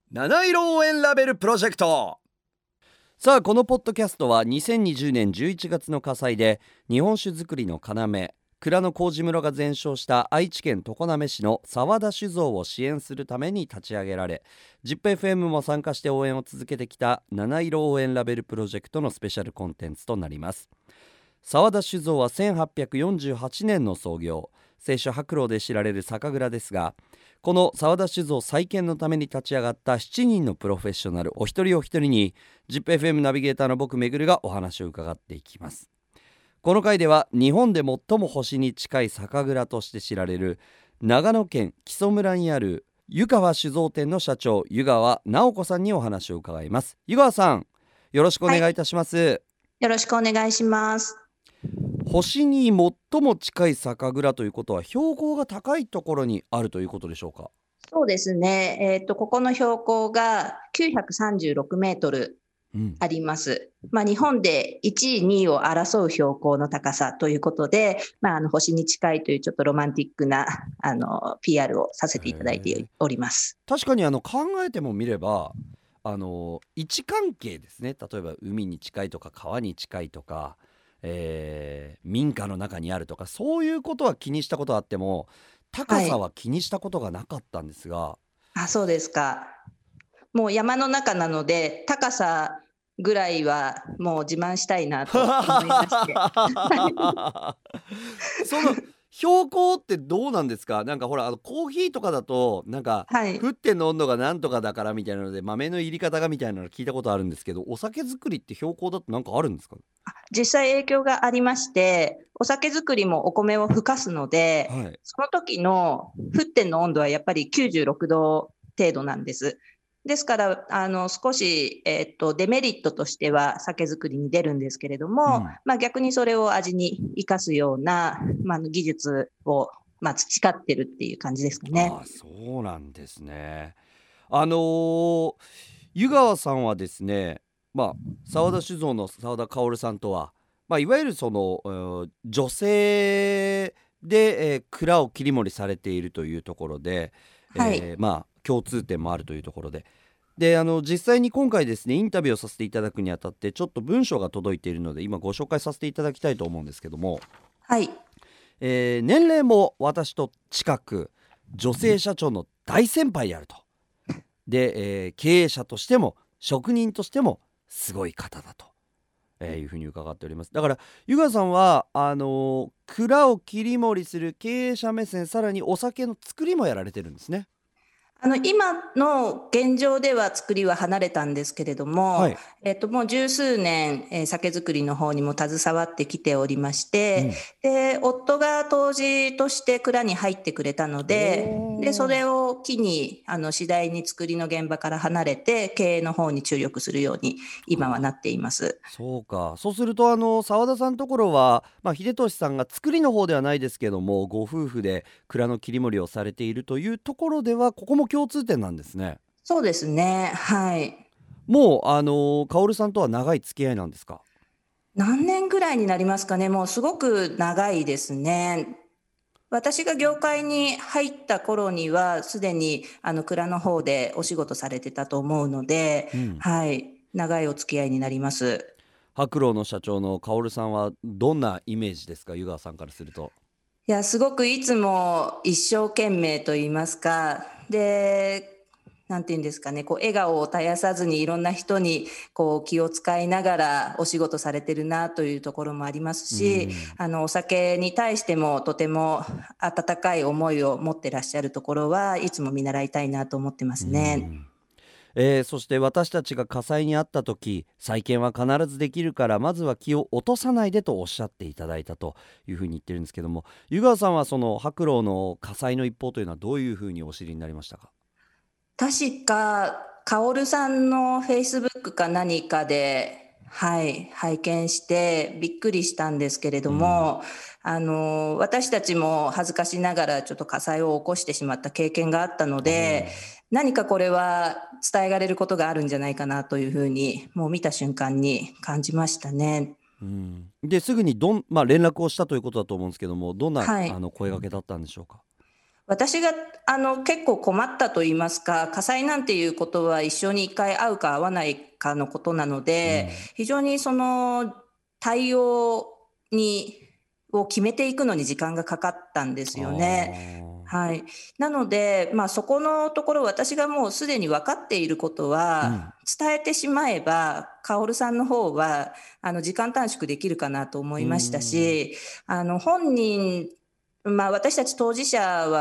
七色応援ラベルプロジェクト。さあ、このポッドキャストは2020年11月の火災で日本酒造りの要蔵の麹室が全焼した愛知県常滑市の澤田酒造を支援するために立ち上げられ、 ZIPFM も参加して応援を続けてきた七色応援ラベルプロジェクトのスペシャルコンテンツとなります。澤田酒造は1848年の創業、清酒白露で知られる酒蔵ですが、この澤田酒造再建のために立ち上がった7人のプロフェッショナルお一人お一人に ZIPFM ナビゲーターの僕めぐるがお話を伺っていきます。この回では日本で最も星に近い酒蔵として知られる長野県木曽村にある湯川酒造店の社長、湯川直子さんにお話を伺います。湯川さん、よろしくお願いいたします。 よろしくお願いします。 星に最も近い酒蔵ということは標高が高いところにあるということでしょうか？ そうですね、ここの標高が936メートルあります。日本で1位、2位を争う標高の高さということで、星に近いというちょっとロマンティックなPR をさせていただいております。 確かに考えてもみれば位置関係ですね。例えば海に近いとか川に近いとか、民家の中にあるとか、そういうことは気にしたことがあっても高さは気にしたことがなかったんですが、 そうですか。もう山の中なので高さぐらいはもう自慢したいなと思いましてその標高ってどうなんですか？なんかほらコーヒーとかだとなんか、沸点の温度がなんとかだからみたいなので豆の入り方がみたいなの聞いたことあるんですけど、お酒作りって標高だとなんかあるんですか？ 実際影響がありまして、お酒作りもお米をふかすので、その時の沸点の温度はやっぱり96度程度なんです。ですから少し、デメリットとしては酒造りに出るんですけれども、逆にそれを味に生かすような、技術を、培ってるっていう感じですかね。 そうなんですね。湯川さんはですね、澤田酒造の澤田薫さんとは、いわゆるその女性で、蔵を切り盛りされているというところで、共通点もあるというところで、実際に今回ですねインタビューをさせていただくにあたってちょっと文章が届いているので今ご紹介させていただきたいと思うんですけども、年齢も私と近く女性社長の大先輩であると。で、経営者としても職人としてもすごい方だと、いうふうに伺っております。だから湯川さんは蔵を切り盛りする経営者目線、さらにお酒の作りもやられてるんですね。 今の現状では作りは離れたんですけれども、もう十数年、酒造りの方にも携わってきておりまして、で夫が杜氏として蔵に入ってくれたので、それを機に次第に作りの現場から離れて経営の方に注力するように今はなっています。 そうか。そうすると澤田さんのところは、秀俊さんが作りの方ではないですけどもご夫婦で蔵の切り盛りをされているというところではここも共通点なんですね。 そうですね。 もう薫さんとは長い付き合いなんですか？ 何年ぐらいになりますかね。もうすごく長いですね。私が業界に入った頃にはすでに蔵の方でお仕事されてたと思うので、長いお付き合いになります。 白露の社長の薫さんはどんなイメージですか？湯川さんからすると。 いや、すごくいつも一生懸命と言いますか、でなんていうんですかね、笑顔を絶やさずにいろんな人に気を使いながらお仕事されてるなというところもありますし、お酒に対してもとても温かい思いを持ってらっしゃるところはいつも見習いたいなと思ってますね。 そして私たちが火災に遭った時、再建は必ずできるからまずは気を落とさないでとおっしゃっていただいたというふうに言ってるんですけども、湯川さんはその白露の火災の一報というのはどういうふうにお知りになりましたか？ 確か薫さんのフェイスブックか何かで、拝見してびっくりしたんですけれども、私たちも恥ずかしながらちょっと火災を起こしてしまった経験があったので、何かこれは伝えられることがあるんじゃないかなというふうにもう見た瞬間に感じましたね。 ですぐに連絡をしたということだと思うんですけども、どんな、声掛けだったんでしょうか？ 私が結構困ったと言いますか、火災なんていうことは一生に一回会うか会わないかのことなので、非常にその対応を決めていくのに時間がかかったんですよね。はい。なので、そこのところ、私がもうすでに分かっていることは、伝えてしまえば、カオルさんの方は時間短縮できるかなと思いましたし、本人、私たち当事者は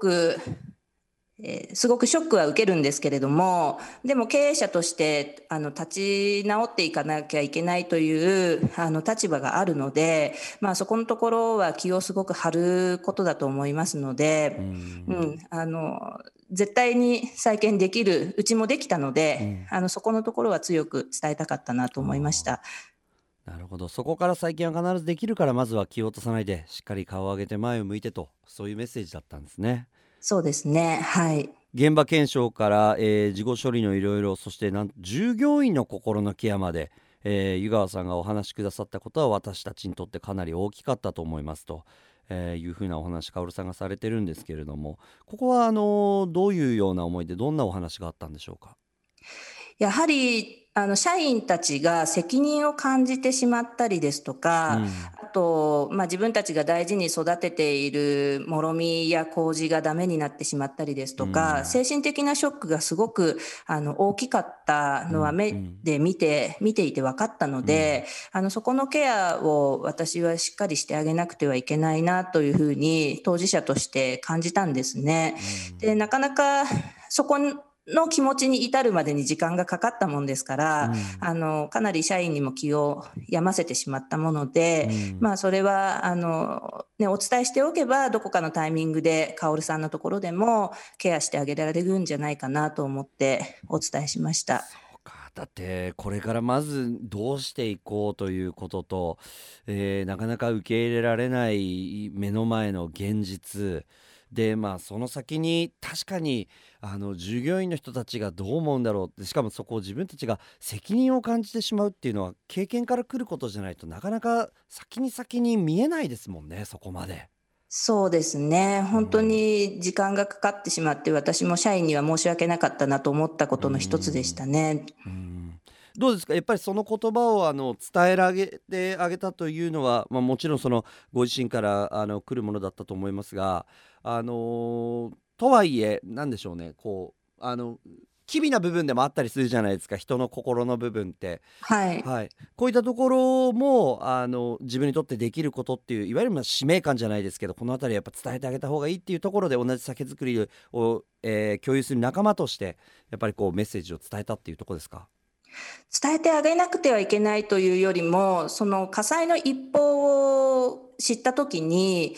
すごくショックは受けるんですけれども、でも経営者として立ち直っていかなきゃいけないという立場があるので、そこのところは気をすごく張ることだと思いますので、絶対に再建できる、うちもできたので、そこのところは強く伝えたかったなと思いました。 なるほど。そこから再建は必ずできるから、まずは気を落とさないでしっかり顔を上げて前を向いてと、そういうメッセージだったんですね。 そうですね。はい。 現場検証から、事後処理のいろいろ、そして従業員の心のケアまで、湯川さんがお話しくださったことは私たちにとってかなり大きかったと思いますと、いうふうなお話カオルさんがされてるんですけれども、ここはどういうような思いでどんなお話があったんでしょうか。 やはり社員たちが責任を感じてしまったりですとか、あと、自分たちが大事に育てているもろみや麹がダメになってしまったりですとか、精神的なショックがすごく大きかったのは目で見ていて分かったので、そこのケアを私はしっかりしてあげなくてはいけないなというふうに当事者として感じたんですね。で、なかなかそこの気持ちに至るまでに時間がかかったもんですから、かなり社員にも気を病ませてしまったもので、それはお伝えしておけばどこかのタイミングでカオルさんのところでもケアしてあげられるんじゃないかなと思ってお伝えしました。 そうか。だってこれからまずどうしていこうということと、なかなか受け入れられない目の前の現実で、その先に確かに従業員の人たちがどう思うんだろうって、しかもそこを自分たちが責任を感じてしまうっていうのは経験から来ることじゃないとなかなか先に見えないですもんね、そこまで。 そうですね。本当に時間がかかってしまって、私も社員には申し訳なかったなと思ったことの一つでしたね。 どうですか、やっぱりその言葉を伝えられてあげたというのは、もちろんそのご自身から来るものだったと思いますが、とはいえなんでしょうね、機微な部分でもあったりするじゃないですか、人の心の部分って。 はい。 はい、こういったところも自分にとってできることっていう、いわゆる使命感じゃないですけど、この辺りやっぱ伝えてあげた方がいいっていうところで、同じ酒造りを、共有する仲間としてやっぱりメッセージを伝えたっていうところですか。 伝えてあげなくてはいけないというよりも、その火災の一報を知ったときに、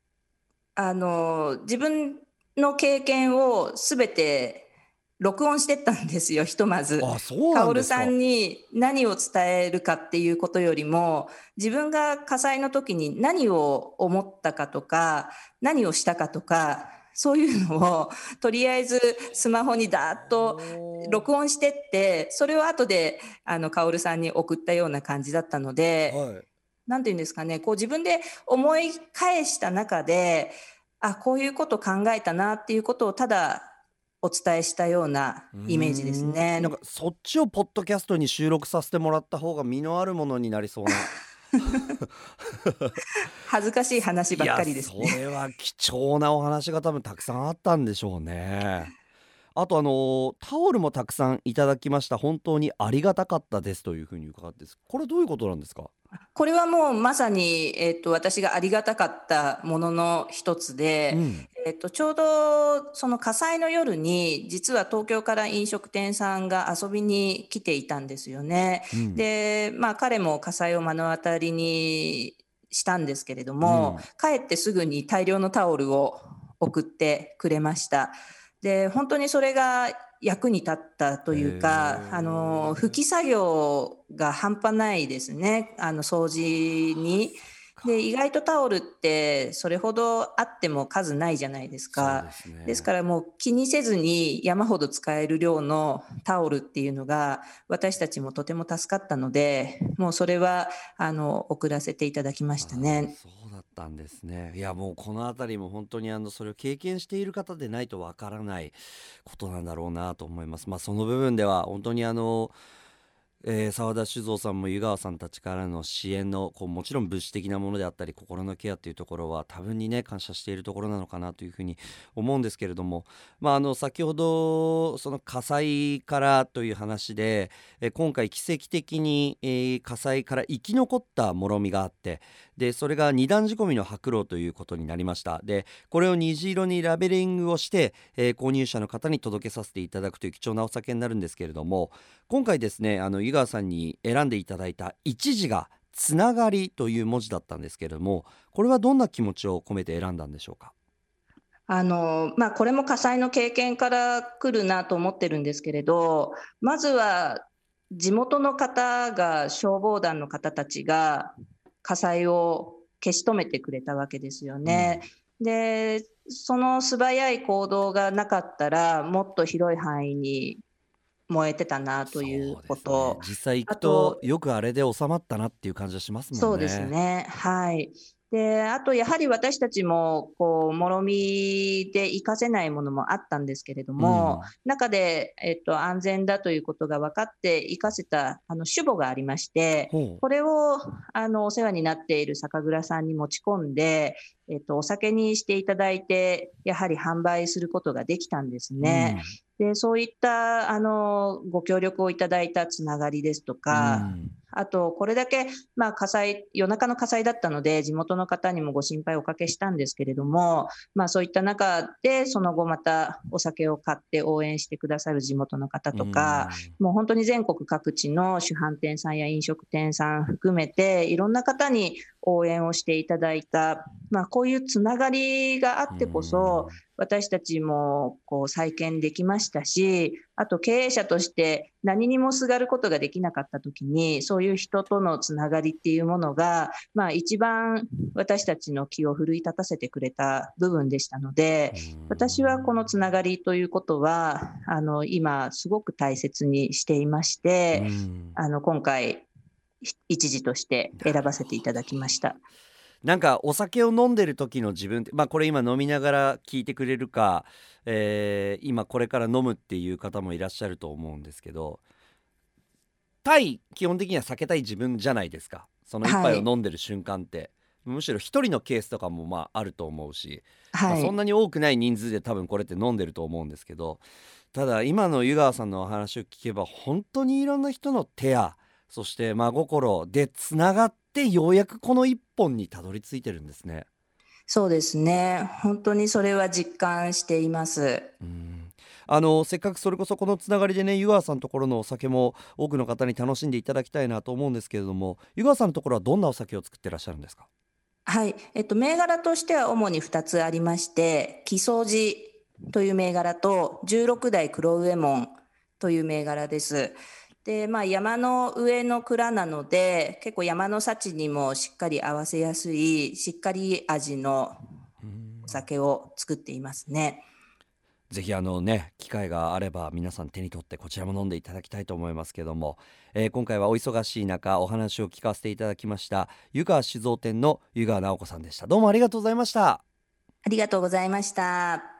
自分の経験をすべて録音してったんですよ、ひとまず。 あ、そうなんですか。 カオルさんに何を伝えるかっていうことよりも、自分が火災の時に何を思ったかとか、何をしたかとか、そういうのをとりあえずスマホにダーッと録音してって、それを後でカオルさんに送ったような感じだったので、 はい。 なんていうんですかね、自分で思い返した中で、こういうこと考えたなっていうことをただお伝えしたようなイメージですね。 なんかそっちをポッドキャストに収録させてもらった方が身のあるものになりそうな。 恥ずかしい話ばっかりですそね。 れは貴重なお話が多分たくさんあったんでしょうね。あとタオルもたくさんいただきました。本当にありがたかったですというふうに伺ってです。これどういうことなんですか？ これはもうまさに、私がありがたかったものの一つで、ちょうどその火災の夜に実は東京から飲食店さんが遊びに来ていたんですよね。で、彼も火災を目の当たりにしたんですけれども、帰ってすぐに大量のタオルを送ってくれました。で、本当にそれが役に立ったというか、拭き作業が半端ないですね、掃除に。で、意外とタオルってそれほどあっても数ないじゃないですそうか。 ですね。 ですからもう気にせずに山ほど使える量のタオルっていうのが私たちもとても助かったので、もうそれは送らせていただきましたね。 そうだっったんですね。いやもうこのあたりも本当にそれを経験している方でないとわからないことなんだろうなと思います。その部分では本当に澤田酒造さんも湯川さんたちからの支援のもちろん物質的なものであったり心のケアというところは多分にね感謝しているところなのかなというふうに思うんですけれども、先ほどその火災からという話で、今回奇跡的に、火災から生き残ったもろみがあって、でそれが二段仕込みの白露ということになりました。でこれを虹色にラベリングをして、購入者の方に届けさせていただくという貴重なお酒になるんですけれども、今回ですね井川さんに選んでいただいた一字がつながりという文字だったんですけれども、これはどんな気持ちを込めて選んだんでしょうか？ これも火災の経験から来るなと思ってるんですけれど、まずは地元の方が、消防団の方たちが火災を消し止めてくれたわけですよね。でその素早い行動がなかったらもっと広い範囲に燃えてたなということ、 実際行くとよくあれで収まったなっていう感じがしますもんね。 そうですね、はい。であとやはり私たちももろみで活かせないものもあったんですけれども、中で、安全だということが分かって活かせた酒母がありまして、これをお世話になっている酒蔵さんに持ち込んで、お酒にしていただいて、やはり販売することができたんですね。でそういったご協力をいただいたつながりですとか、あとこれだけ、夜中の火災だったので地元の方にもご心配をおかけしたんですけれども、そういった中でその後またお酒を買って応援してくださる地元の方とか、もう本当に全国各地の酒販店さんや飲食店さん含めていろんな方に応援をしていただいた、こういうつながりがあってこそ私たちも再建できましたし、あと経営者として何にもすがることができなかった時に、そういう人とのつながりっていうものが、一番私たちの気を奮い立たせてくれた部分でしたので、私はこのつながりということは今すごく大切にしていまして、今回一時として選ばせていただきました。 なんかお酒を飲んでる時の自分って、これ今飲みながら聞いてくれるか、今これから飲むっていう方もいらっしゃると思うんですけど、基本的には避けたい自分じゃないですか。その一杯を飲んでる瞬間って、むしろ一人のケースとかもあると思うし、そんなに多くない人数で多分これって飲んでると思うんですけど、ただ今の湯川さんのお話を聞けば本当にいろんな人の手やそして真心でつながってようやくこの一本にたどり着いてるんですね。 そうですね、本当にそれは実感しています。 せっかくそれこそこのつながりでね、湯川さんのところのお酒も多くの方に楽しんでいただきたいなと思うんですけれども、湯川さんのところはどんなお酒を作ってらっしゃるんですか？ はい、銘柄としては主に2つありまして、木曽路という銘柄と16代黒上門という銘柄です。で山の上の蔵なので結構山の幸にもしっかり合わせやすいしっかり味のお酒を作っていますね。 ぜひ機会があれば皆さん手に取ってこちらも飲んでいただきたいと思いますけども、今回はお忙しい中お話を聞かせていただきました湯川酒造店の湯川直子さんでした。どうもありがとうございました。 ありがとうございました。